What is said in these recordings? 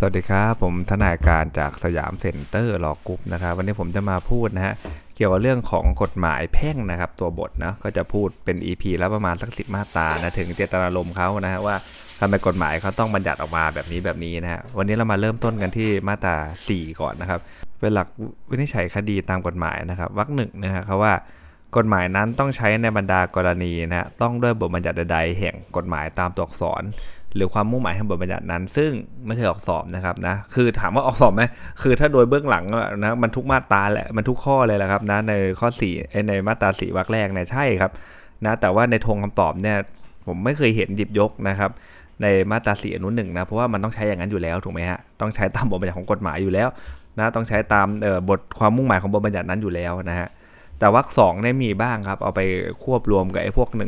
วัสดีครับผมทนายการจากสยามเซ็นเตอร์ลอกรุ๊ปนะครับวันนี้ผมจะมาพูดนะฮะเกี่ยวกับเรื่องของกฎหมายแพ่งนะครับตัวบทนะก็จะพูดเป็น EP แล้วประมาณสัก10มาตรานะถึงเจตนารมณ์เขานะฮะว่าทำไมกฎหมายเขาต้องบัญญัติออกมาแบบนี้นะฮะวันนี้เรามาเริ่มต้นกันที่มาตรา4ก่อนนะครับเป็นหลักวินิจฉัยคดีตามกฎหมายนะครับวรรคหนึ่งนะฮะเขาว่ากฎหมายนั้นต้องใช้ในบรรดากรณีนะฮะต้องด้วยบทบัญญัติใดๆแห่งกฎหมายตามตัวอักษรหรือความมุ่งหมายแห่งบทบัญญัตินั้นซึ่งไม่ใช่ออกสอบนะครับนะคือถามว่าออกสอบไหมคือถ้าโดยเบื้องหลังนะมันทุกมาตราแหละมันทุกข้อเลยแหละครับนะในข้อ4ในมาตรา4วรรคแรกเนี่ยใช่ครับนะแต่ว่าในธงคำตอบเนี่ยผมไม่เคยเห็นหยิบยกนะครับในมาตรา4อนุ1นะเพราะว่ามันต้องใช้อย่างนั้นอยู่แล้วถูกไหมฮะต้องใช้ตามบทบัญญัติของกฎหมายอยู่แล้วนะต้องใช้ตามบทความมุ่งหมายของบทบัญญัตินั้นอยู่แล้วนะฮะแต่วรรค2เนี่ยมีบ้างครับเอาไปควบรวมกับไอ้พวก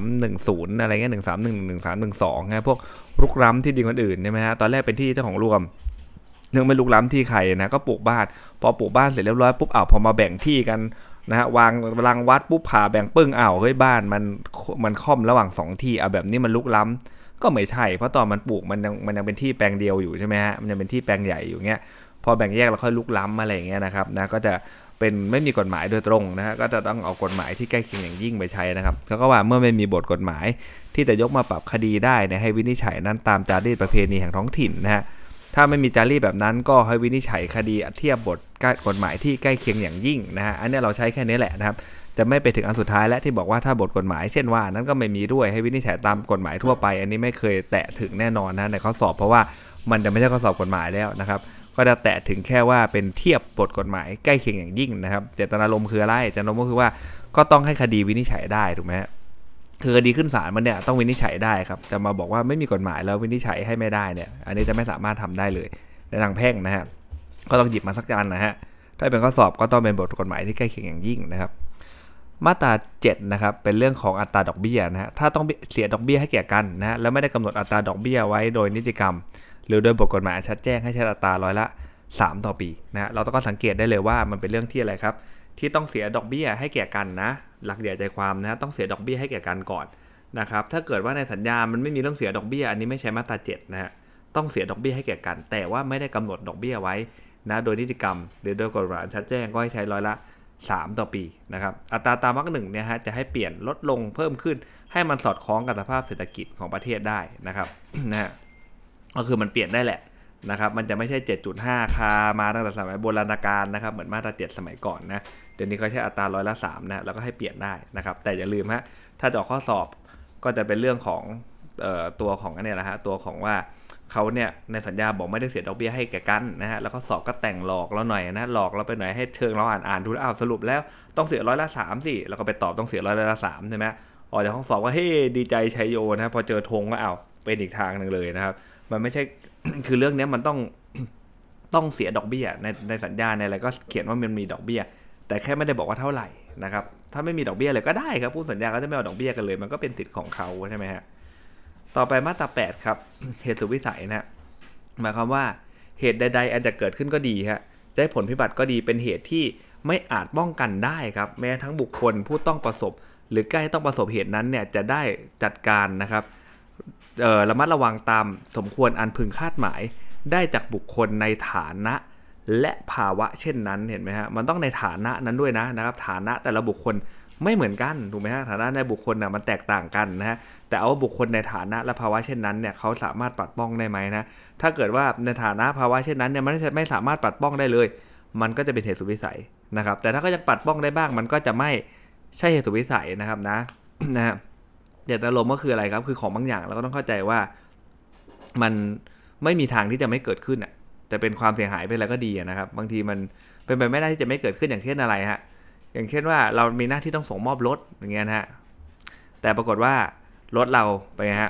1310อะไรเงี้ย1311 1312ไงพวกรุกล้ำที่ดินคนอื่นใช่ไหมฮะตอนแรกเป็นที่เจ้าของรวมเนื่องไม่รุกล้ำที่ใครนะก็ปลูกบ้านพอปลูกบ้านเสร็จเรียบร้อยปุ๊บพอมาแบ่งที่กันนะฮะวางรังวัดปุ๊บผ่าแบ่งปึ้งเฮ้ยบ้านมันค่อมระหว่าง2ที่แบบนี้มันลุกล้ำก็ไม่ใช่เพราะตอนมันปลูกมันยังเป็นที่แปลงเดียวอยู่ใช่ไหมฮะมันยังเป็นที่แปลงใหญ่อยู่เงี้ยพอแบ่งแยกแล้วค่อยลุกล้ำอะไรอย่างเงี้ยนะครับนะก็จะเป็นไม่มีกฎหมายโดยตรงนะฮะก็จะต้องเอากฎหมายที่ใกล้เคียงอย่างยิ่งไปใช้นะครับเขาก็ว่าเมื่อไม่มีบทกฎหมายที่จะยกมาปรับคดีได้เนี่ยให้วินิจฉัยนั้นตามจารีตประเพณีแห่งท้องถิ่นนะฮะถ้าไม่มีจารีตแบบนั้นก็ให้วินิจฉัยคดีเทียบบทกฎหมายที่ใกล้เคียงอย่างยิ่งนะฮะอันนี้เราใช้แค่นี้แหละนะครับจะไม่ไปถึงอันสุดท้ายและที่บอกว่าถ้าบทกฎหมายเช่นว่านั้นก็ไม่มีด้วยให้วินิจฉัยตามกฎหมายทั่วไปอันนี้ไม่เคยแตะถึงแน่นอนนะในข้อสอบเพราะว่ามันจะไม่ใช่ข้อสอบกฎหมายแล้วนะครับก็จะแตะถึงแค่ว่าเป็นเทียบบทกฎหมายใกล้เคียงอย่างยิ่งนะครับเจตนารมณ์คืออะไรเจตนารมณ์ก็คือว่าก็ต้องให้คดีวินิจฉัยได้ถูกไหมคือคดีขึ้นศาลมันเนี่ยต้องวินิจฉัยได้ครับจะมาบอกว่าไม่มีกฎหมายแล้ววินิจฉัยให้ไม่ได้เนี่ยอันนี้จะไม่สามารถทำได้เลยในทางแพ่งนะฮะก็ต้องหยิบมาสักการนะฮะถ้าเป็นข้อสอบก็ต้องเป็นบทกฎหมายที่ใกล้เคียงอย่างยิ่งนะครับมาตรา7นะครับเป็นเรื่องของอัตราดอกเบี้ยนะฮะถ้าต้องเสียดอกเบี้ยให้แก่กันนะฮะแล้วไม่ได้กำหนดอัตราดอกเบี้ยไว้โดยนิติกรรมหรือโดยบทกฎหมายชัดแจ้งให้ใช้อัตราร้อยละ3ต่อปีนะเราต้องสังเกตได้เลยว่ามันเป็นเรื่องที่อะไรครับที่ต้องเสียดอกเบี้ยให้แก่กันนะหลักใหญ่ใจความนะต้องเสียดอกเบี้ยให้แก่กันก่อนนะครับถ้าเกิดว่าในสัญญามันไม่มีเรื่องเสียดอกเบี้ยอันนี้ไม่ใช่มาตรา7นะฮะต้องเสียดอกเบี้ยให้แก่กันแต่ว่าไม่ได้กำหนดดอกเบี้ยไว้นะโดยนิติกรรมหรือโดยกฎหมายชัดแจ้งก็ให้ใช้ร้อยละ3ต่อปีนะครับอัตราตามวรรค1เนี่ยฮะจะให้เปลี่ยนลดลงเพิ่มขึ้นให้มันสอดคล้องกับสภาพเศรษฐกิจของประเทศได้นะครับ นะฮะก็คือมันเปลี่ยนได้แหละนะครับมันจะไม่ใช่ 7.5 คามาตั้งแต่สมัยโบราณกาลนะครับเหมือนมาตรา7สมัยก่อนนะเดี๋ยวนี้เขาใช้อัตราร้อยละ3นะแล้วก็ให้เปลี่ยนได้นะครับแต่อย่าลืมฮะถ้าจะออกข้อสอบก็จะเป็นเรื่องของตัวของอันนี้แหละฮะตัวของว่าเขาเนี่ยในสัญญาบอกไม่ได้เสียดอกเบี้ยให้แก่กันนะฮะแล้วก็สอบก็แต่งหลอกเราหน่อยนะหลอกเราไปหน่อยให้เชิงเราอ่านดูแล้วสรุปแล้วต้องเสียร้อยละ3สิแล้วก็ไปตอบต้องเสียร้อยละ3ใช่ไหมออกจากห้องสอบก็เฮ้ดีใจชัยโยนะพอเจอธงก็เป็นอีกทางนึงเลยนะครับมันไม่ใช่ คือเรื่องนี้มันต้องเสียดอกเบี้ยในสัญญาในอะไรก็เขียนว่ามันมีดอกเบี้ยแต่แค่ไม่ได้บอกว่าเท่าไหร่นะครับถ้าไม่มีดอกเบี้ยเลยก็ได้ครับผู้สัญญาก็จะไม่เอาดอกเบี้ยกันเลยมันก็เป็นสิทธิ์ของเขาใช่ไหมฮะต่อไปมาตรา8ครับ เหตุสุดวิสัยนะหมายความว่าเหตุใดๆอาจจะเกิดขึ้นก็ดีฮะจะให้ผลพิบัติก็ดีเป็นเหตุที่ไม่อาจป้องกันได้ครับแม้ทั้งบุคคลผู้ต้องประสบหรือใกล้ต้องประสบเหตุนั้นเนี่ยจะได้จัดการนะครับระมัดระวังตามสมควรอันพึงคาดหมายได้จากบุคคลในฐานะและภาวะเช่นนั้นเห็นไหมฮะมันต้องในฐานะนั้นด้วยนะครับฐานะแต่ละบุคคลไม่เหมือนกันถูกไหมฮะฐานะในบุคคลมันแตกต่างกันนะฮะแต่เอาบุคคลในฐานะและภาวะเช่นนั้นเนี่ยเขาสามารถปัดป้องได้ไหมนะถ้าเกิดว่าในฐานะภาวะเช่นนั้นเนี่ยมันไม่สามารถปัดป้องได้เลยมันก็จะเป็นเหตุสุดวิสัยนะครับแต่ถ้าก็ยังปัดป้องได้บ้างมันก็จะไม่ใช่เหตุสุดวิสัยนะครับนะ นะฮะเจตนารมณ์ก็คืออะไรครับคือของบางอย่างเราก็ต้องเข้าใจว่ามันไม่มีทางที่จะไม่เกิดขึ้นแต่เป็นความเสียหายไปแล้วก็ดีนะครับบางทีมันเป็นไปไม่ได้ที่จะไม่เกิดขึ้นอย่างเช่นอะไรฮะอย่างเช่นว่าเรามีหน้าที่ต้องส่งมอบรถอย่างเงี้ยนะฮะแต่ปรากฏว่ารถเราไปฮะ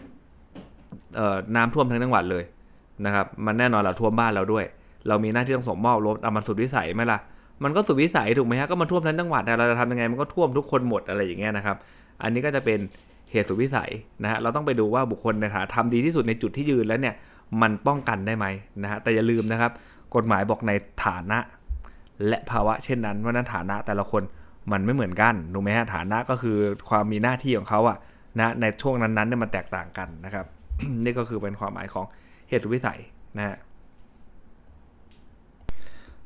น้ำท่วมทั้งจังหวัดเลยนะครับมันแน่นอนเราท่วมบ้านเราด้วยเรามีหน้าที่ต้องส่งมอบรถมันสุดวิสัยไหมล่ะมันก็สุดวิสัยถูกไหมฮะก็มันท่วมทั้งจังหวัดเราจะทำยังไงมันก็ท่วมทุกคนหมดอะไรอย่างเงี้ยนะครับอันนี้ก็จะเป็นเหตุสุดวิสัยนะฮะเราต้องไปดูว่าบุคคลในฐานะทำดีที่สุดในจุดที่ยืนแล้วเนี่ยมันป้องกันได้ไหมนะฮะแต่อย่าลืมนะครับกฎหมายบอกในฐานะและภาวะเช่นนั้นว่านั้นฐานะแต่ละคนมันไม่เหมือนกันถูกไหมฮะฐานะก็คือความมีหน้าที่ของเขานะในช่วงนั้นๆเนี่ยมันแตกต่างกันนะครับ นี่ก็คือเป็นความหมายของเหตุสุดวิสัยนะฮะ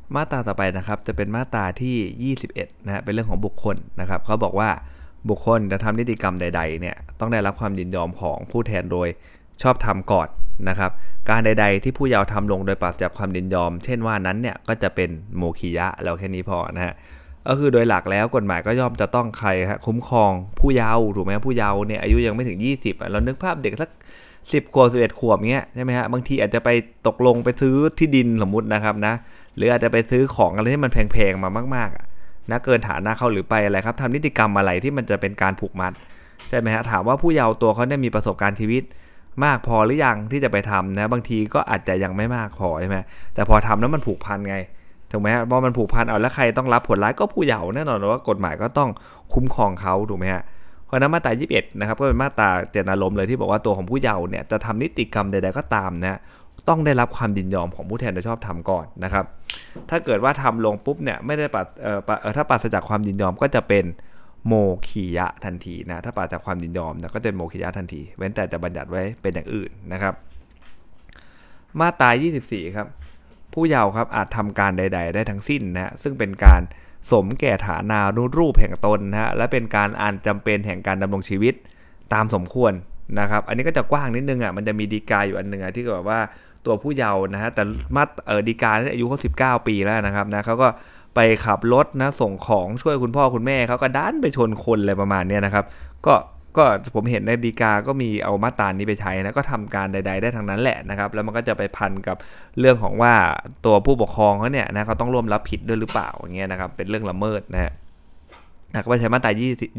มาตราต่อไปนะครับจะเป็นมาตราที่21นะฮะเป็นเรื่องของบุคคลนะครับเขาบอกว่าบุคคลจะทำนิติกรรมใดๆเนี่ยต้องได้รับความยินยอมของผู้แทนโดยชอบธรรมก่อนนะครับการใดๆที่ผู้เยาว์ทำลงโดยปราศจากความยินยอมเช่นว่านั้นเนี่ยก็จะเป็นโมคียะแล้วแค่นี้พอนะฮะก็คือโดยหลักแล้วกฎหมายก็ย่อมจะต้องใครฮะคุ้มครองผู้เยาว์ถูกไหมผู้เยาว์เนี่ยอายุยังไม่ถึง20เรานึกภาพเด็กสัก10 ขวบ11 ขวบเงี้ยใช่ไหมฮะบางทีอาจจะไปตกลงไปซื้อที่ดินสมมุตินะครับนะหรืออาจจะไปซื้อของอะไรที่มันแพงๆมามากๆนะเกินฐานะเขาหรือไปอะไรครับทำนิติกรรมอะไรที่มันจะเป็นการผูกมัดใช่ไหมฮะถามว่าผู้เยาว์ตัวเขาเนี่ยมีประสบการณ์ชีวิตมากพอหรือยังที่จะไปทำนะบางทีก็อาจจะยังไม่มากพอใช่ไหมแต่พอทำแล้วมันผูกพันไงถูกไหมฮะพอมันผูกพันเอาแล้วใครต้องรับผลร้ายก็ผู้เยาว์แน่นอนว่ากฎหมายก็ต้องคุ้มครองเขาถูกไหมฮะเพราะนั้นมาตรา21นะครับก็เป็นมาตราเจตนารมณ์เลยที่บอกว่าตัวของผู้เยาว์เนี่ยจะทำนิติกรรมใดๆก็ตามนะต้องได้รับความยินยอมของผู้แทนโดยชอบธรรมก่อนนะครับถ้าเกิดว่าทำลงปุ๊บเนี่ยไม่ได้ถ้าปราศจากความยินยอมก็จะเป็นโมคียะทันทีนะถ้าปราศจากความยินยอมนะก็จะเป็นโมคียะทันทีเว้นแต่จะบัญญัติไว้เป็นอย่างอื่นนะครับมาตรา24ครับผู้เยาว์ครับอาจทำการใดๆได้ทั้งสิ้นนะซึ่งเป็นการสมแก่ฐานานุรูปแห่งตนนะฮะและเป็นการอันจำเป็นแห่งการดำรงชีวิตตามสมควรนะครับอันนี้ก็จะกว้างนิดนึงอ่ะมันจะมีฎีกาอยู่อันนึงที่แบบว่าตัวผู้เยาว์นะฮะแต่ฎีกาอายุเขา19 ปีแล้วนะครับนะเขาก็ไปขับรถนะส่งของช่วยคุณพ่อคุณแม่เขาก็ดันไปชนคนอะไรประมาณนี้นะครับก็ผมเห็นในฎีกาก็มีเอามาตรานี้ไปใช้นะก็ทำการใดๆได้ทั้งนั้นแหละนะครับแล้วมันก็จะไปพันกับเรื่องของว่าตัวผู้ปกครองเขาเนี่ยนะเขาต้องร่วมรับผิดด้วยหรือเปล่าอย่างเงี้ยนะครับเป็นเรื่องละเมิดนะฮะก็ไปใช้มาตรา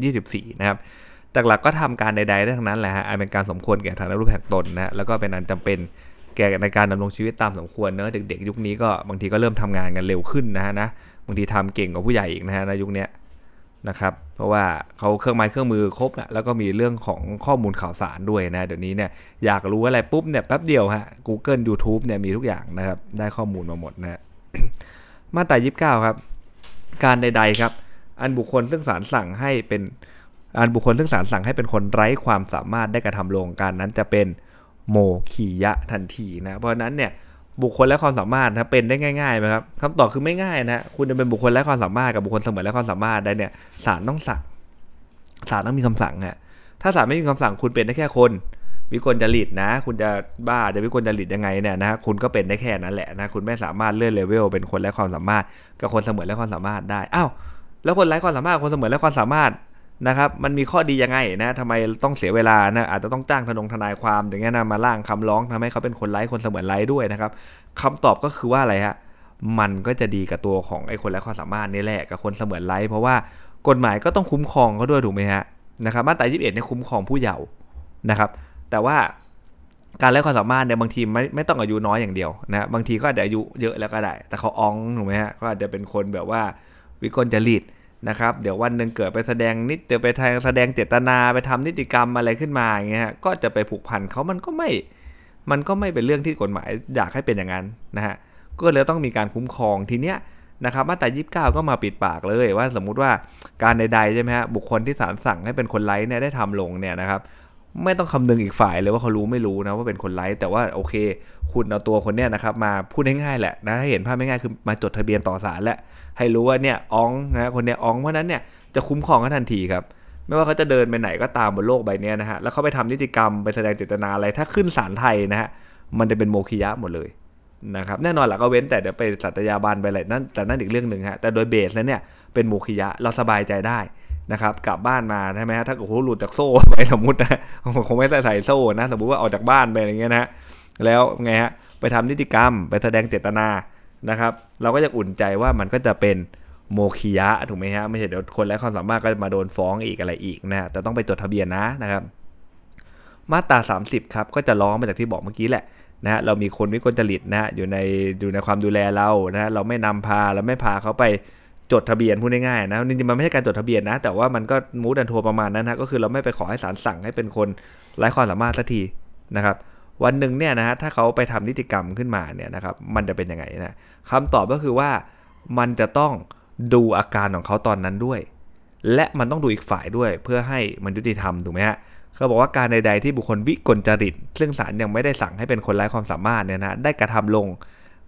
24นะครับแต่หลักก็ทำการใดๆได้ทั้งนั้นแหละฮะอันเป็นการสมควรแก่ฐานะรูปแห่งตนนะแล้วก็เป็นอันจำเป็นแก่ในการดำรงชีวิตตามสมควรเนอะเด็กๆยุคนี้ก็บางทีก็เริ่มทำงานกันเร็วขึ้นนะบางทีทำเก่งกว่าผู้ใหญ่อีกนะฮะในยุคนี้นะครับเพราะว่าเขาเครื่องไม้เครื่องมือครบนะแล้วก็มีเรื่องของข้อมูลข่าวสารด้วยนะเดี๋ยวนี้เนี่ยอยากรู้อะไรปุ๊บเนี่ยแป๊บเดียวฮะ Google YouTube เนี่ยมีทุกอย่างนะครับได้ข้อมูลมาหมดนะ มาตรา29ครับการใดๆครับอันบุคคลซึ่งศาลสั่งให้เป็นคนไร้ความสามารถได้กระทำลงการนั้นจะเป็นโมคียะทันทีนะเพราะนั้นเนี่ยบุคคลและความสามารถนะเป็นได้ง่ายๆไหมครับคำตอบคือไม่ง่ายนะคุณจะเป็นบุคคลและความสามารถกับบุคคลเสมือนและความสามารถได้เนี่ยศาลต้องสั่งศาลต้องมีคำสั่งฮะถ้าศาลไม่มีคำสั่งคุณเป็นได้แค่คนวิกลจริตนะคุณจะบ้าจะวิกลจริตยังไงเนี่ยนะคุณก็เป็นได้แค่นั้นแหละนะคุณไม่สามารถเลื่อนเลเวลเป็นคนและความสามารถกับคนเสมือนและความสามารถได้อ้าวแล้วคนไร้ความสามารถคนเสมือนและความสามารถนะครับมันมีข้อดียังไงนะทำไมต้องเสียเวลานะอาจจะต้องจ้างทนายความอย่างเงี้ยนะมาร่างคำร้องทำให้เขาเป็นคนไร้คนเสมือนไร้ด้วยนะครับคำตอบก็คือว่าอะไรฮะมันก็จะดีกับตัวของไอ้คนไร้ความสามารถนี่แหละกับคนเสมือนไร้เพราะว่ากฎหมายก็ต้องคุ้มครองเขาด้วยถูกไหมฮะนะครับมาตรา21เนี่ยคุ้มครองผู้เยาว์นะครับแต่ว่าการไร้ความสามารถเนี่ยบางทีไม่ต้องอายุน้อยอย่างเดียวนะบางทีก็อาจจะอายุเยอะแล้วก็ได้แต่เขาอ้องถูกไหมฮะก็อาจจะเป็นคนแบบว่าวิกลจริตนะครับเดี๋ยววันนึงเกิดไปแสดงแสดงเจตนาไปทำนิติกรรมอะไรขึ้นมาอย่างเงี้ยก็จะไปผูกพันเขามันก็ไม่เป็นเรื่องที่กฎหมายอยากให้เป็นอย่างนั้นนะฮะก็เลยต้องมีการคุ้มครองทีเนี้ยนะครับมาตรา29ก็มาปิดปากเลยว่าสมมุติว่าการใดๆใช่ไหมฮะบุคคลที่ศาลสั่งให้เป็นคนไร้เนี่ยได้ทำลงเนี่ยนะครับไม่ต้องคำนึงอีกฝ่ายเลยว่าเขารู้ไม่รู้นะว่าเป็นคนไร้แต่ว่าโอเคคุณเอาตัวคนเนี้ยนะครับมาพูดง่ายๆแหละนะถ้าเห็นภาพง่ายๆคือมาจดทะเบียนต่อศาลและให้รู้ว่าเนี่ยอ้องนะคนเนี้ยอ้องเพราะนั้นเนี่ยจะคุ้มครองเขาทันทีครับไม่ว่าเขาจะเดินไปไหนก็ตามบนโลกใบนี้นะฮะแล้วเขาไปทำนิติกรรมไปแสดงเจตนาอะไรถ้าขึ้นศาลไทยนะฮะมันจะเป็นโมฆะหมดเลยนะครับแน่นอนแหละก็เว้นแต่เดี๋ยวไปสัตยาบันไปอะไรนั่นแต่นั่นอีกเรื่องนึงฮะแต่โดยเบสแล้วเนี่ยเป็นโมฆะเราสบายใจได้นะครับกลับบ้านมาใช่ไหมฮะถ้าโอ้โหหลุดจากโซ่ไปสมมุตินะคงไม่ใส่โซ่นะสมมุติว่าออกจากบ้านไปอะไรเงี้ยนะแล้วไงฮะไปทำนิติกรรมไปแสดงเจตนานะครับเราก็จะอุ่นใจว่ามันก็จะเป็นโมฆะถูกไหมฮะไม่ใช่เดี๋ยวคนไร้ความสามารถก็มาโดนฟ้องอีกอะไรอีกนะแต่ต้องไปจดทะเบียนนะครับมาตรา30ครับก็จะร้องมาจากที่บอกเมื่อกี้แหละนะเรามีคนวิกลจริตนะอยู่ในความดูแลเรานะเราไม่นำพาเราไม่พาเขาไปจดทะเบียนพูดง่ายๆนะจริงๆมันไม่ใช่การจดทะเบียนนะแต่ว่ามันก็มูดแอนด์โทรประมาณนั้นนะก็คือเราไม่ไปขอให้ศาลสั่งให้เป็นคนไร้ความสามารถสักทีนะครับวันหนึ่งเนี่ยนะฮะถ้าเขาไปทำนิติกรรมขึ้นมาเนี่ยนะครับมันจะเป็นยังไงนะคำตอบก็คือว่ามันจะต้องดูอาการของเขาตอนนั้นด้วยและมันต้องดูอีกฝ่ายด้วยเพื่อให้มันยุติธรรมถูกไหมฮะเขาบอกว่าการใดๆที่บุคคลวิกลจริตซึ่งศาลยังไม่ได้สั่งให้เป็นคนไร้ความสามารถเนี่ยนะได้กระทำลง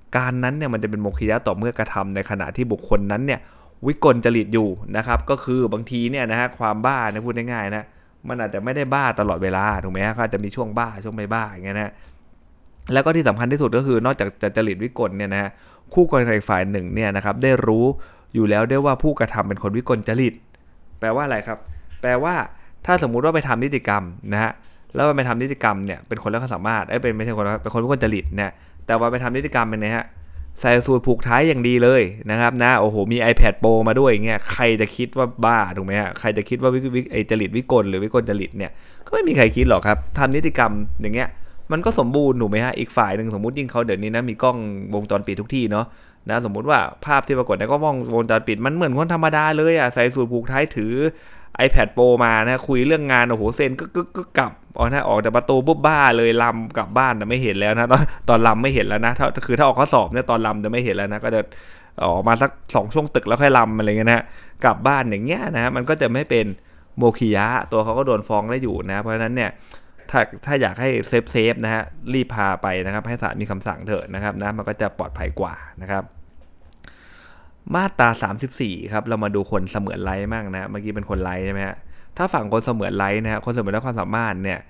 การนั้นเนี่ยมันจะเป็นโมฆะต่อเมื่อกระทำในขณะที่บุคคลนั้นเนี่ยวิกลจริตอยู่นะครับก็คือบางทีเนี่ยนะฮะความบ้าเนี่ยพูดง่ายๆนะมันอาจจะไม่ได้บ้าตลอดเวลาถูกไหมฮะก็จะมีช่วงบ้าช่วงไม่บ้าอย่างเงี้ยนะแล้วก็ที่สำคัญที่สุดก็คือนอกจากจะจริตวิกลเนี่ยนะฮะคู่กรณีฝ่ายหนึ่งเนี่ยนะครับได้รู้อยู่แล้วได้ว่าผู้กระทำเป็นคนวิกลจริตแปลว่าอะไรครับแปลว่าถ้าสมมุติว่าไปทำนิติกรรมนะฮะแล้วมันไปทำนิติกรรมเนี่ยเป็นคนแล้วความสามารถเป็นไม่ใช่คนเป็นคนวิกลจริตเนี่ยแต่ว่าไปทำนิติกรรมเป็นไงฮะใส่สูตรผูกท้ายอย่างดีเลยนะครับนะโอ้โหมี iPad Pro มาด้วยอย่างเงี้ยใครจะคิดว่าบ้าถูกไหมฮะใครจะคิดว่าไอ้จริตวิกลหรือวิกลจริตเนี่ยก็ไม่มีใครคิดหรอกครับทำนิติกรรมอย่างเงี้ยมันก็สมบูรณ์ถูกไหมฮะอีกฝ่ายหนึ่งสมมติยิ่งเขาเดี๋ยวนี้นะมีกล้องวงจรปิดทุกที่เนาะนะสมมุติว่าภาพที่ปรากฏในกล้องวงจรปิดมันเหมือนคนธรรมดาเลยอ่ะใส่สูทผูกท้ายถือ iPad Pro มานะคุยเรื่องงานโอ้โหเซ็นก็กลับออกจากประตูปุ๊บบ้าเลยลำกลับบ้านแต่ไม่เห็นแล้วนะตอนลำไม่เห็นแล้วนะถ้าออกข้อสอบเนี่ยตอนลำจะไม่เห็นแล้วนะก็จะออกมาสัก2ช่วงตึกแล้วค่อยลำอะไรเงี้ยนะกลับบ้านอย่างเงี้ยนะมันก็จะไม่เป็นโมฆะตัวเขาก็โดนฟ้องได้อยู่นะเพราะฉะนั้นเนี่ยถ้าอยากให้เซฟนะฮะรีบพาไปนะครับให้ศาลมีคำสั่งเถอะนะครับนะมันก็จะปลอดภัยกว่านะครับมาตรา34ครับเรามาดูคนเสมือนไร้บ้างนะเมื่อกี้เป็นคนไร้ใช่ไหมฮะถ้าฝั่งคนเสมือนไร้นะฮะคนเสมือนไร้ความสามารถเนี่ย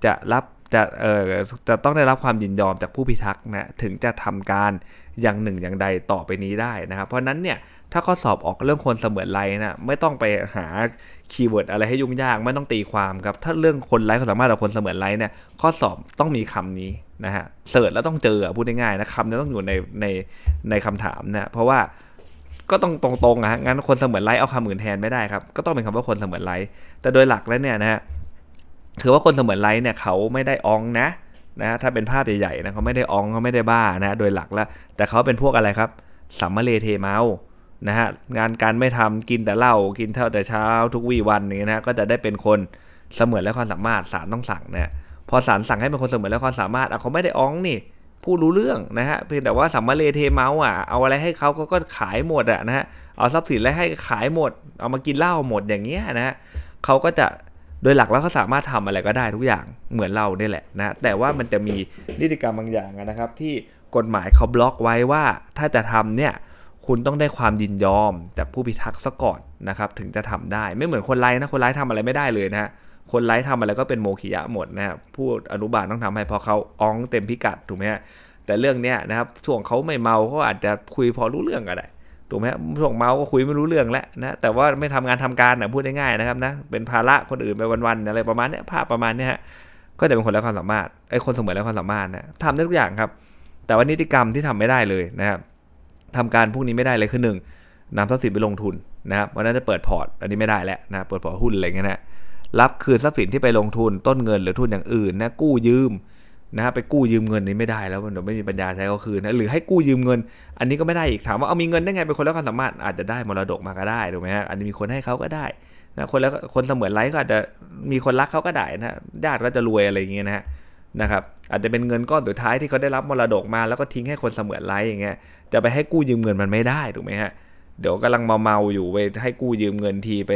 จะต้องได้รับความยินยอมจากผู้พิทักษ์นะถึงจะทำการอย่างหนึ่งอย่างใดต่อไปนี้ได้นะครับเพราะนั้นเนี่ยถ้าข้อสอบออกเรื่องคนเสมือนไร้นะไม่ต้องไปหาคีย์เวิร์ดอะไรให้ยุ่งยากไม่ต้องตีความครับถ้าเรื่องคนไร้ความสามารถกับคนเสมือนไร้เนี่ยข้อสอบต้องมีคำนี้นะฮะเสิร์ชแล้วต้องเจอพูดง่ายๆนะคำนี้ต้องอยู่ในคำถามนะเพราะว่าก็ต้องตรงๆงั้นคนเสมือนไร้เอาคำอื่นแทนไม่ได้ครับก็ต้องเป็นคำว่าคนเสมือนไร้แต่โดยหลักแล้วเนี่ยนะฮะถือว่าคนเสมือนไร้เนี่ยเขาไม่ได้อ้องนะถ้าเป็นภาพใหญ่ๆนะเขาไม่ได้อ้องเขาไม่ได้บ้านะโดยหลักแล้วแต่เขาเป็นพวกอะไรครับสัมมาเลเทเมานะฮะงานการไม่ทำกินแต่เหล้ากินเท่าแต่เช้าทุกวี่วันนี้นะก็จะได้เป็นคนเสมือนและความสามารถศาลต้องสั่งนะพอศาลสั่งให้เป็นคนเสมือนและความสามารถเขาไม่ได้อ้องนี่ผู้รู้เรื่องนะฮะเพียงแต่ว่าสัมมาเลเทเมาเอาอะไรให้เขาก็ขายหมดนะฮะเอาทรัพย์สินอะไรให้ขายหมดเอามากินเหล้าหมดอย่างเงี้ยนะฮะเขาก็จะโดยหลักแล้วเขาสามารถทำอะไรก็ได้ทุกอย่างเหมือนเราเนี่ยแหละนะแต่ว่ามันจะมีนิติกรรมบางอย่างนะครับที่กฎหมายเขาบล็อกไว้ว่าถ้าจะทำเนี่ยคุณต้องได้ความยินยอมจากผู้พิทักษ์ซะก่อนนะครับถึงจะทำได้ไม่เหมือนคนไร้นะคนไร้ทำอะไรไม่ได้เลยนะฮะคนไร้ทำอะไรก็เป็นโมฆะหมดนะผู้อนุบาลต้องทำให้พอเขาอ้องเต็มพิกัดถูกไหมฮะแต่เรื่องเนี้ยนะครับช่วงเขาไม่เมาเขาอาจจะคุยพอรู้เรื่องก็ได้ถูกไหมช่วงเมาก็คุยไม่รู้เรื่องแล้วนะแต่ว่าไม่ทำงานทำการนะพูดง่ายๆนะครับนะเป็นภาระคนอื่นไปวันๆอะไรประมาณนี้ภาพประมาณนี้ฮะก็จะเป็นคนไร้ความสามารถคนเสมือนไร้ความสามารถนะทำได้ทุกอย่างครับแต่ว่านิติกรรมที่ทำไม่ได้เลยนะครับทำการพวกนี้ไม่ได้เลยคือ1นำทรัพย์สินไปลงทุนนะครับเพราะนั้นจะเปิดพอร์ตอันนี้ไม่ได้แล้วนะเปิดพอร์ตหุ้นอะไรเงี้ยนะรับคืนทรัพย์สินที่ไปลงทุนต้นเงินหรือทุนอย่างอื่นนะกู้ยืมนะไปกู้ยืมเงินนี้ไม่ได้แล้วมันไม่มีปัญญาใช้ก็คืนนะหรือให้กู้ยืมเงินอันนี้ก็ไม่ได้อีกถามว่าเอามีเงินได้ไงเป็นคนแล้วความสามารถอาจจะได้มรดกมาก็ได้ถูกไหมฮะอันนี้มีคนให้เขาก็ได้นะคนเสมือนไร้ก็อาจจะมีคนรักเขาก็ได้นะญาติก็จะรวยอะไรอย่างเงี้ยนะครับอาจจะเป็นเงินก้อนสุดท้ายที่เขาได้รับมรดกมาแล้วก็ทิ้งให้คนเสมือนไร้อย่างเงี้ยจะไปให้กู้ยืมเงินมันไม่ได้ถูกไหมฮะเดี๋ยวกำลังเมาอยู่ไปให้กู้ยืมเงินทีไป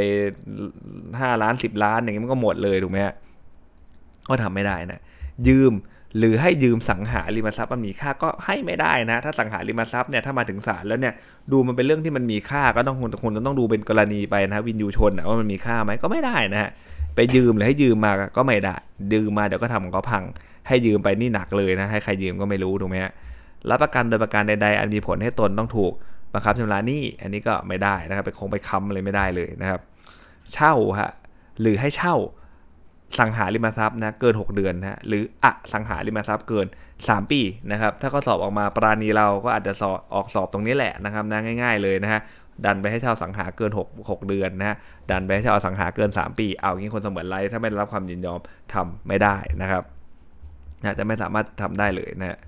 5 ล้าน10 ล้านอย่างเงี้ยมันก็หมดเลยถูกไหมฮะก็ทำไม่ได้นะยืมหรือให้ยืมสังหาริมทรัพย์มันมีค่าก็ให้ไม่ได้นะถ้าสังหาริมทรัพย์เนี่ยถ้ามาถึงศาลแล้วเนี่ยดูมันเป็นเรื่องที่มันมีค่าก็ต้องคุณต้องดูเป็นกรณีไปนะวินยูชนว่ามันมีค่าไหมก็ไม่ได้นะฮะไปยืมหรือให้ยืมมาก็ไม่ได้ยืมมาเดี๋ยวก็ทำของเขาพังให้ยืมไปนี่หนักเลยนะให้ใครยืมก็ไม่รู้ถูกไหมฮะรับประกันโดยประการใดๆอันมีผลให้ตนต้องถูกบังคับชำระหนี้อันนี้ก็ไม่ได้นะครับไปค้ำอะไรไม่ได้เลยนะครับเช่าฮะหรือให้เช่าสังหาริมทรัพย์นะเกิน6 เดือนนะหรือสังหาริมทรัพย์เกิน3 ปีนะครับถ้าข้อสอบออกมาปราณีเราก็อาจจะสอบตรงนี้แหละนะครับนะง่ายๆเลยนะฮะดันไปให้เช่าสังหาเกิน6 เดือนนะดันไปให้เช่าสังหาเกิน3 ปีเอาอย่างนี้คนเสมือนไร้ถ้าไม่ได้รับความยินยอมทำไม่ได้นะครับจะไม่สามารถทำได้เลยนะ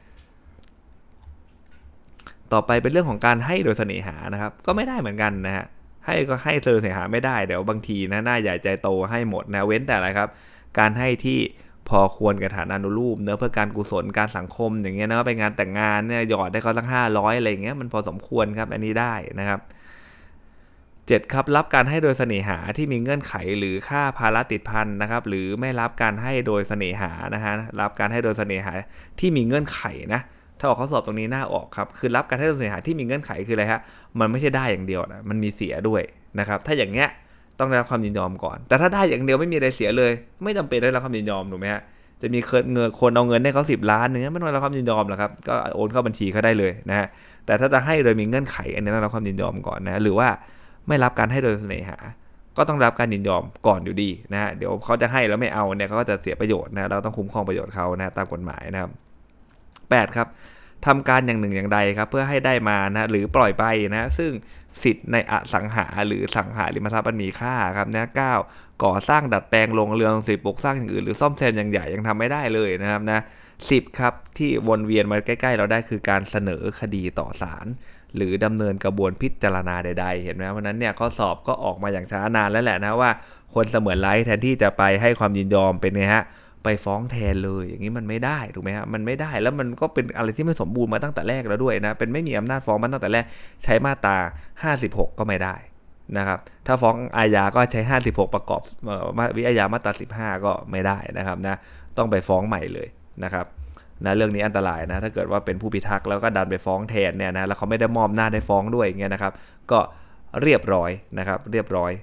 ต่อไปเป็นเรื่องของการให้โดยเสน่หานะครับก็ไม่ได้เหมือนกันนะฮะให้ก็ให้โดยเสน่หาไม่ได้เดี๋ยวบางทีนะหน้าใหญ่ใจโตให้หมดนะเว้นแต่อะไรครับการให้ที่พอควรกับฐานานุรูปเนื้อเพื่อการกุศลการสังคมอย่างเงี้ยนะไปงานแต่งงานเนี่ยหยอดได้เขาสัก500อะไรอย่างเงี้ยมันพอสมควรครับอันนี้ได้นะครับ7ครับรับการให้โดยเสน่หาที่มีเงื่อนไขหรือค่าภาระติดพันนะครับหรือไม่รับการให้โดยเสน่หานะฮะรับการให้โดยเสน่หาที่มีเงื่อนไขนะถ้าออกข้อสอบตรงนี้น่าออกครับคือรับการให้โดยเสียหายที่มีเงื่อนไขคืออะไรฮะมันไม่ใช่ได้อย่างเดียวนะมันมีเสียด้วยนะครับถ้าอย่างเงี้ยต้องได้รับความยินยอมก่อนแต่ถ้าได้อย่างเดียวไม่มีอะไรเสียเลยไม่จำเป็นได้รับความยินยอมถูกไหมฮะจะมีคนเอาเงินให้เขา10 ล้านเนี้ยไม่ต้องได้รับความยินยอมหรอกครับก็โอนเข้าบัญชีเขาได้เลยนะฮะแต่ถ้าจะให้โดยมีเงื่อนไขอันนี้ต้องรับความยินยอมก่อนนะหรือว่าไม่รับการให้โดยเสน่หาก็ต้องรับการยินยอมก่อนอยู่ดีนะฮะเดี๋ยวเขาจะให้แล้วไม่เอาเนี่ยเขาก็จะเสียประโยชน์นะเราต้องคุ้มครองประโยชน์เขานะตามกฎหมายนะครับ8ครับทำการอย่างหนึ่งอย่างใดครับเพื่อให้ได้มานะหรือปล่อยไปนะซึ่งสิทธิ์ในอสังหาหรือสังหาริมทรัพย์อันมีค่าครับนะ9ก่อสร้างดัดแปลงโรงเรือนสิปลูกสร้างอย่างอื่นหรือซ่อมแซมอย่างใหญ่ยังทำไม่ได้เลยนะครับนะ10ครับที่วนเวียนมาใกล้ๆเราได้คือการเสนอคดีต่อศาลหรือดำเนินกระบวนพิจารณาใดๆเห็นไหมเพราะนั้นเนี่ยข้อสอบก็ออกมาอย่างช้านานแล้วแหละนะว่าคนเสมือนไร้แทนที่จะไปให้ความยินยอมเป็นไงฮะไปฟ้องแทนเลยอย่างนี้มันไม่ได้ถูกไหมฮะมันไม่ได้แล้วมันก็เป็นอะไรที่ไม่สมบูรณ์มาตั้งแต่แรกแล้วด้วยนะเป็นไม่มีอำนาจฟ้องมาตั้งแต่แรกใช้มาตรา56ก็ไม่ได้นะครับถ้าฟ้องอาญาก็ใช้56ประกอบวิอาญามาตรา15ก็ไม่ได้นะครับนะต้องไปฟ้องใหม่เลยนะครับนะเรื่องนี้อันตรายนะถ้าเกิดว่าเป็นผู้พิทักษ์แล้วก็ดันไปฟ้องแทนเนี่ยนะแล้วเขาไม่ได้มอบหน้าได้ฟ้องด้วยอย่างเงี้ยนะครับก็เรียบร้อยนะครับเรียบร้อย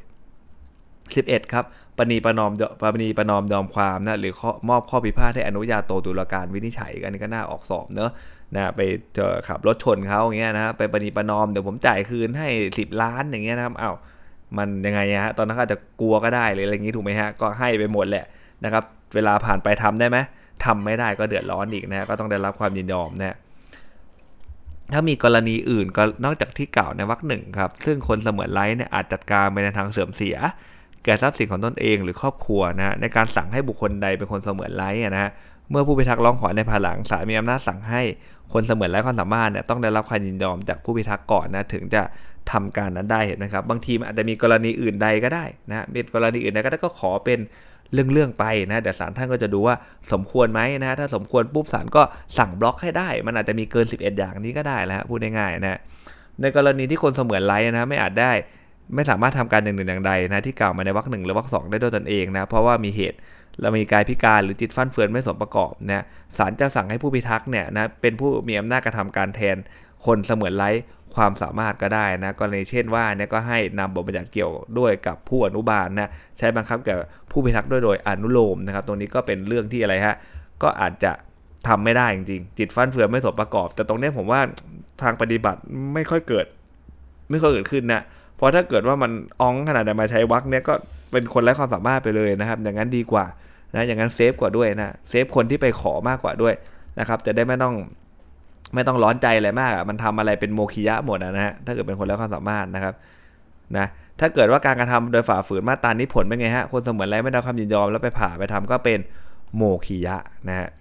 11ครับประนีประนอมยอมความนะหรือมอบข้อพิพาทให้อนุญาโตตุลาการวินิจฉัยอันนี้ก็น่าออกสอบเนอะนะไปขับรถชนเขาอย่างเงี้ยนะไปประนีประนอมเดี๋ยวผมจ่ายคืนให้10 ล้านอย่างเงี้ยนะครับมันยังไงฮะตอนนั้นอาจจะกลัวก็ได้หรืออะไรอย่างงี้ถูกไหมฮะก็ให้ไปหมดแหละนะครับเวลาผ่านไปทำได้ไหมทำไม่ได้ก็เดือดร้อนอีกนะก็ต้องได้รับความยินยอมนะถ้ามีกรณีอื่นก็นอกจากที่กล่าวในวรรคหนึ่งครับซึ่งคนเสมือนไร้เนี่ยอาจจัดการไปในทางเสื่อมเสียแก่ทรัพย์สินของตนเองหรือครอบครัวนะในการสั่งให้บุคคลใดเป็นคนเสมือนไร้นะฮะเมื่อผู้พิทักษ์ร้องขอในภายหลังศาลมีอำนาจสั่งให้คนเสมือนไร้ความสามารถเนี่ยต้องได้รับความยินยอมจากผู้พิทักษ์ก่อนนะถึงจะทำการนั้นได้เห็นไหมครับบางทีมันอาจจะมีกรณีอื่นใดก็ได้นะเป็นกรณีอื่นใดก็ได้ก็ขอเป็นเรื่องไปนะเดี๋ยวศาลท่านก็จะดูว่าสมควรไหมนะถ้าสมควรปุ๊บศาลก็สั่งบล็อกให้ได้มันอาจจะมีเกิน11อย่างนี้ก็ได้แล้วพูดง่ายๆนะในกรณีที่คนเสมือนไร้นะไม่สามารถทำการอย่างหนึ่งอย่างใดนะที่กล่าวมาในวรรคหนึ่งหรือวรรคสองได้ด้วยตนเองนะเพราะว่ามีเหตุและมีกายพิการหรือจิตฟั่นเฟือนไม่สมประกอบนะศาลจะสั่งให้ผู้พิทักษ์เนี่ยนะเป็นผู้มีอำนาจกระทำการแทนคนเสมือนไร้ความสามารถก็ได้นะกรณีเช่นว่าเนี่ยก็ให้นำบทบัญญัติเกี่ยวด้วยกับผู้อนุบาลนะใช้บังคับแก่ผู้พิทักษ์โดยอนุโลมนะครับตรงนี้ก็เป็นเรื่องที่อะไรฮะก็อาจจะทำไม่ได้จริงๆจิตฟั่นเฟือนไม่สมประกอบแต่ตรงนี้ผมว่าทางปฏิบัติไม่ค่อยเกิดขึ้นนะเพราะถ้าเกิดว่ามันขนาดมาใช้วรรคเนี่ยก็เป็นคนไร้ความสามารถไปเลยนะครับอย่างนั้นดีกว่านะอย่างนั้นเซฟกว่าด้วยนะเซฟคนที่ไปขอมากกว่าด้วยนะครับจะได้ไม่ต้องร้อนใจอะไรมากมันทำอะไรเป็นโมคิยะหมดนะฮะถ้าเกิดเป็นคนไร้ความสามารถนะครับนะถ้าเกิดว่าการกระทำโดยฝ่าฝืนมาตรานี้ผลเป็นไงฮะคนเสมือนไร้ไม่ได้ความยินยอมแล้วไปผ่าไปทำก็เป็นโมคิยะนะฮะ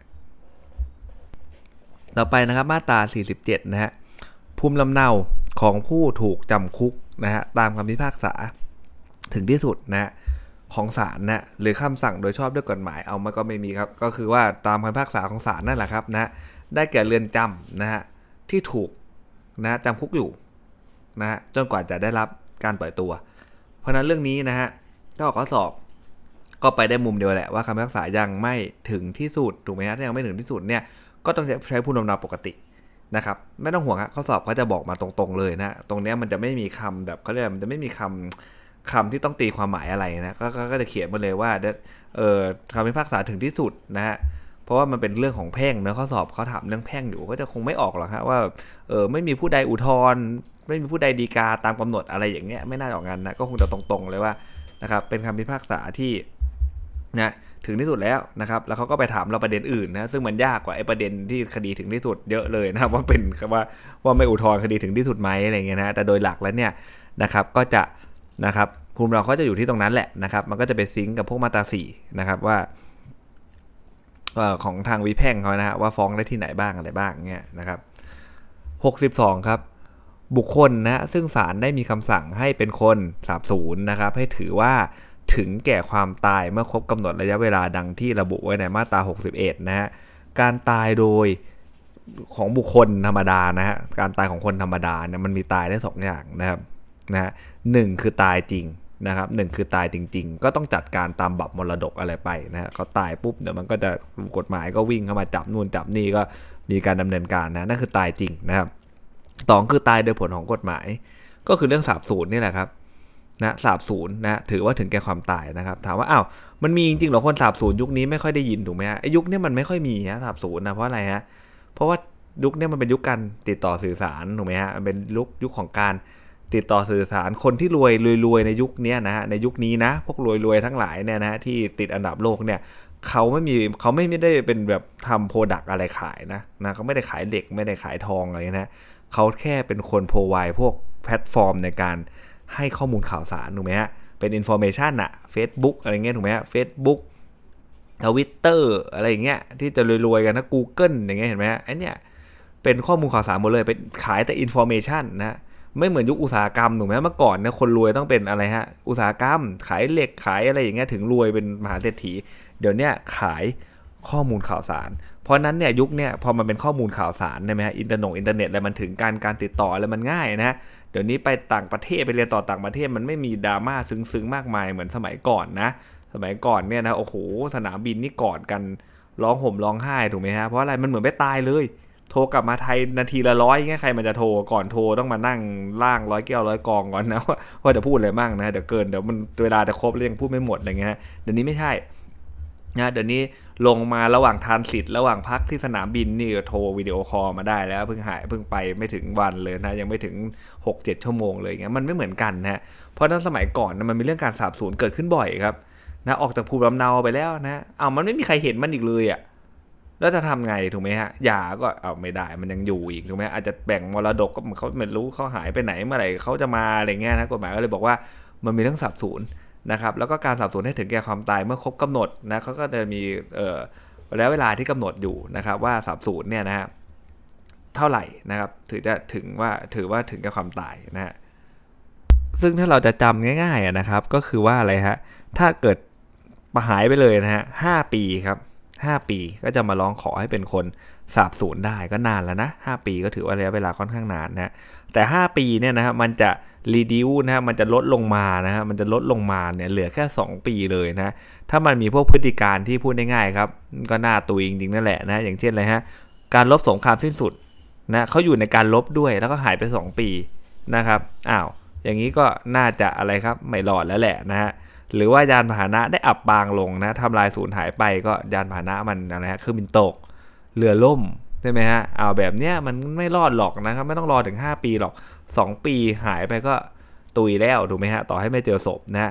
ต่อไปนะครับมาตรา47นะฮะภูมิลำเนาของผู้ถูกจำคุกนะฮะตามคำพิพากษาถึงที่สุดนะของศาลนะหรือคำสั่งโดยชอบด้วยกฎหมายเอามันก็ไม่มีครับก็คือว่าตามคำพิพากษาของศาลนั่นแหละครับนะได้แก่เรือนจำนะฮะที่ถูกนะจำคุกอยู่นะฮะจนกว่าจะได้รับการปล่อยตัวเพราะนั้นเรื่องนี้นะฮะถ้าออกข้อสอบก็ไปได้มุมเดียวแหละว่าคำพิพากษายังไม่ถึงที่สุดถูกไหมฮะถ้ายังไม่ถึงที่สุดเนี่ยก็ต้องใช้ภูมิลำเนาปกตินะครับไม่ต้องห่วงฮะข้อสอบเขาจะบอกมาตรงๆเลยนะตรงนี้มันจะไม่มีคำแบบเขาเรียกมันจะไม่มีคำที่ต้องตีความหมายอะไรนะก็จะเขียนมาเลยว่าคำพิพากษาถึงที่สุดนะฮะเพราะว่ามันเป็นเรื่องของแพ่งเนื้อข้อสอบเขาถามเรื่องแพ่งอยู่ก็จะคงไม่ออกหรอกครับว่าไม่มีผู้ใดอุทธรณ์ไม่มีผู้ใดฎีกาตามกำหนดอะไรอย่างเงี้ยไม่น่าออกงานนะก็คงจะตรงๆเลยว่านะครับเป็นคำพิพากษาที่นะถึงที่สุดแล้วนะครับแล้วเขาก็ไปถามเราประเด็นอื่นนะซึ่งมันยากกว่าไอ้ประเด็นที่คดีถึงที่สุดเยอะเลยนะครับว่าไม่อุทธรณ์คดีถึงที่สุดไหมอะไรเงี้ยนะแต่โดยหลักแล้วเนี่ยนะครับก็จะนะครับภูมิเราก็จะอยู่ที่ตรงนั้นแหละนะครับมันก็จะไปซิงก์กับพวกมาตรา4นะครับว่าของทางวิแพ่งเขานะฮะว่าฟ้องได้ที่ไหนบ้างอะไรบ้างเงี้ยนะครับ62ครับบุคคลนะซึ่งศาลได้มีคำสั่งให้เป็นคน30นะครับให้ถือว่าถึงแก่ความตายเมื่อครบกำหนดระยะเวลาดังที่ระบุไว้ในมาตรา61นะฮะการตายโดยของบุคคลธรรมดานะฮะการตายของคนธรรมดาเนี่ยมันมีตายได้2อย่างนะครับนะ1คือตายจริงนะครับ1คือตายจริงๆก็ต้องจัดการตามบัพมรดกอะไรไปนะฮะเขาตายปุ๊บเดี๋ยวมันก็จะกฎหมายก็วิ่งเข้ามาจับนู่นจับนี่ก็มีการดำเนินการนะนั่นคือตายจริงนะครับ2คือตายโดยผลของกฎหมายก็คือเรื่องสาบสูญนี่แหละครับนะสาบสูญนะถือว่าถึงแก่ความตายนะครับถามว่าอ้าวมันมีจริงๆหรอคนสาบสูญยุคนี้ไม่ค่อยได้ยินถูกไหมฮะไอ้ยุคนี้มันไม่ค่อยมีฮะสาบสูญนะเพราะอะไรฮะเพราะว่ายุคนี้มันเป็นยุคการติดต่อสื่อสารถูกไหมฮะมันเป็นยุคของการติดต่อสื่อสารคนที่รวยในยุคนี้นะฮะในยุคนี้นะพวกรวยทั้งหลายเนี่ยนะที่ติดอันดับโลกเนี่ยเขาไม่ได้เป็นแบบทำโปรดักต์อะไรขายนะเขาไม่ได้ขายเหล็กไม่ได้ขายทองอะไรนะเขาแค่เป็นคนโพรไวด์พวกแพลตฟอร์มในการให้ข้อมูลข่าวสารถูกไหมฮะเป็นอินโฟเมชันอะ Facebook อะไรเงี้ยถูกไหมฮะ Facebook Twitter อะไรอย่างเงี้ยที่จะรวยๆกันนะ Google อย่างเงี้ยเห็นไหมฮะไอ้เนี่ยเป็นข้อมูลข่าวสารหมดเลยเป็นขายแต่อินโฟเมชันนะไม่เหมือนยุคอุตสาหกรรมถูกไหมเมื่อก่อนเนี่ยคนรวยต้องเป็นอะไรฮะอุตสาหกรรมขายเหล็กขายอะไรอย่างเงี้ยถึงรวยเป็นมหาเศรษฐีเดี๋ยวนี้ขายข้อมูลข่าวสารเพราะนั้นเนี่ยยุคเนี่ยพอมันเป็นข้อมูลข่าวสารใช่ไหมฮะอินเทอร์เน็ตอะไรมันถึงการติดต่ออะไรมันง่ายนะเดี๋ยวนี้ไปต่างประเทศไปเรียนต่อต่างประเทศมันไม่มีดราม่าซึ้งมากมายเหมือนสมัยก่อนนะสมัยก่อนเนี่ยนะโอ้โหสนามบินนี่กอดกันร้องห่มร้องไห้ถูกไหมฮะเพราะอะไรมันเหมือนไม่ตายเลยโทรกลับมาไทยนาทีละ100เงี้ยใครมันจะโทรก่อนโทรต้องมานั่งล่าง100 แก้ว100 กองก่อนนะว่าจะพูดอะไรบ้างนะเดี๋ยวมันเวลาจะครบแล้วยังพูดไม่หมดอะไรเงี้ยเดี๋ยวนี้ไม่ใช่นะเดี๋ยวนี้ลงมาระหว่างทรานสิตระหว่างพักที่สนามบินนี่โทรวิดีโอคอลมาได้แล้วเพิ่งไปไม่ถึงวันเลยนะยังไม่ถึง 6-7 ชั่วโมงเลยเงี้ยมันไม่เหมือนกันนะเพราะนั้นสมัยก่อนนะมันมีเรื่องการสาบสูญเกิดขึ้นบ่อยครับนะออกจากภูมิลำเนาไปแล้วนะมันไม่มีใครเห็นมันอีกเลยอ่ะแล้วจะทำไงถูกไหมฮะหย่าก็ไม่ได้มันยังอยู่อีกถูกไหมอาจจะแบ่งมรดกก็เขาไม่รู้เขาหายไปไหนเมื่อไหร่เขาจะมาอะไรเงี้ยนะกฎหมายก็เลยบอกว่ามันมีเรื่องสาบสูญนะครับแล้วก็การสาบสูญให้ถึงแก่ความตายเมื่อครบกำหนดนะเขาก็จะมีระยะเวลาที่กำหนดอยู่นะครับว่าสาบสูญเนี่ยนะฮะเท่าไหร่นะครับถือว่าถึงแก่ความตายนะฮะซึ่งถ้าเราจะจำง่ายๆนะครับก็คือว่าอะไรฮะถ้าเกิดหายไปเลยนะฮะ5 ปีครับ5 ปีก็จะมาร้องขอให้เป็นคนสาบสูญได้ก็นานแล้วนะ5 ปีก็ถือว่าระยะเวลาค่อนข้างนานนะแต่5 ปีเนี่ยนะฮะมันจะรีดิวนะฮะมันจะลดลงมานะฮะมันจะลดลงมาเนี่ยเหลือแค่2 ปีเลยนะถ้ามันมีพวกพฤติการที่พูดง่ายๆครับก็น่าตุยจริงๆนั่นแหละนะอย่างเช่นอะไรฮะการลบสงครามสิ้นสุดนะเขาอยู่ในการลบด้วยแล้วก็หายไป2 ปีนะครับอย่างนี้ก็น่าจะอะไรครับไม่รอดแล้วแหละนะฮะหรือว่ายานพาหนะได้อับบางลงนะทำลายสูญหายไปก็ยานพาหนะมันอะไรฮะเครื่องบินตกเรือล่มใช่ไหมฮะแบบเนี้ยมันไม่รอดหรอกนะครับไม่ต้องรอถึง5 ปีหรอก2 ปีหายไปก็ตุยแล้วถูกไหมฮะต่อให้ไม่เจอศพนะ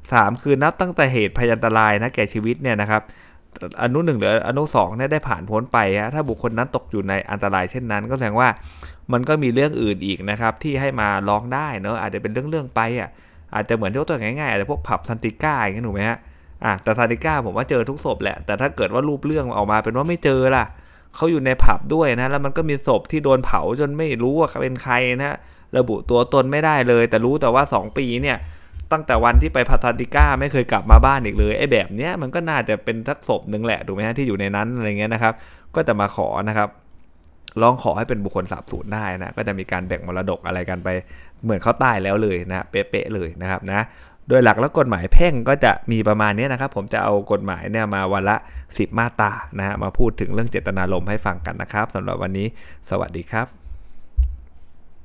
3คือนับตั้งแต่เหตุพยันตรายนะแก่ชีวิตเนี่ยนะครับอนุ1หรืออนุ2เนี่ยได้ผ่านพ้นไปฮะถ้าบุคคลนั้นตกอยู่ในอันตรายเช่นนั้นก็แสดงว่ามันก็มีเรื่องอื่นอีกนะครับที่ให้มาร้องได้เนอะอาจจะเป็นเรื่องไปอาจจะเหมือนที่ตัวง่ายๆอาจจะพวกผับซันติก้าอย่างนี้ถูกไหมฮะแต่ซันติก้าผมว่าเจอทุกศพแหละแต่ถ้าเกิดว่ารูปเรื่องออกมาเป็นว่าไม่เจอล่ะเขาอยู่ในผับด้วยนะแล้วมันก็มีศพที่โดนเผาจนไม่รู้ว่าเป็นใครนะระบุตัวตนไม่ได้เลยแต่รู้แต่ว่า2 ปีเนี่ยตั้งแต่วันที่ไปผับซันติก้าไม่เคยกลับมาบ้านอีกเลยไอ้แบบเนี้ยมันก็น่าจะเป็นสักศพนึงแหละถูกไหมฮะที่อยู่ในนั้นอะไรเงี้ยนะครับก็จะมาขอนะครับร้องขอให้เป็นบุคคลสาบสูญได้นะก็จะมีการแบ่งมรดกอะไรกันไปเหมือนเขาตายแล้วเลยนะเป๊ะๆเลยนะครับนะโดยหลักแล้วกฎหมายแพ่งก็จะมีประมาณนี้นะครับผมจะเอากฎหมายเนี่ยมาวันละ10 มาตรานะฮะมาพูดถึงเรื่องเจตนารมณ์ให้ฟังกันนะครับสำหรับวันนี้สวัสดีครับ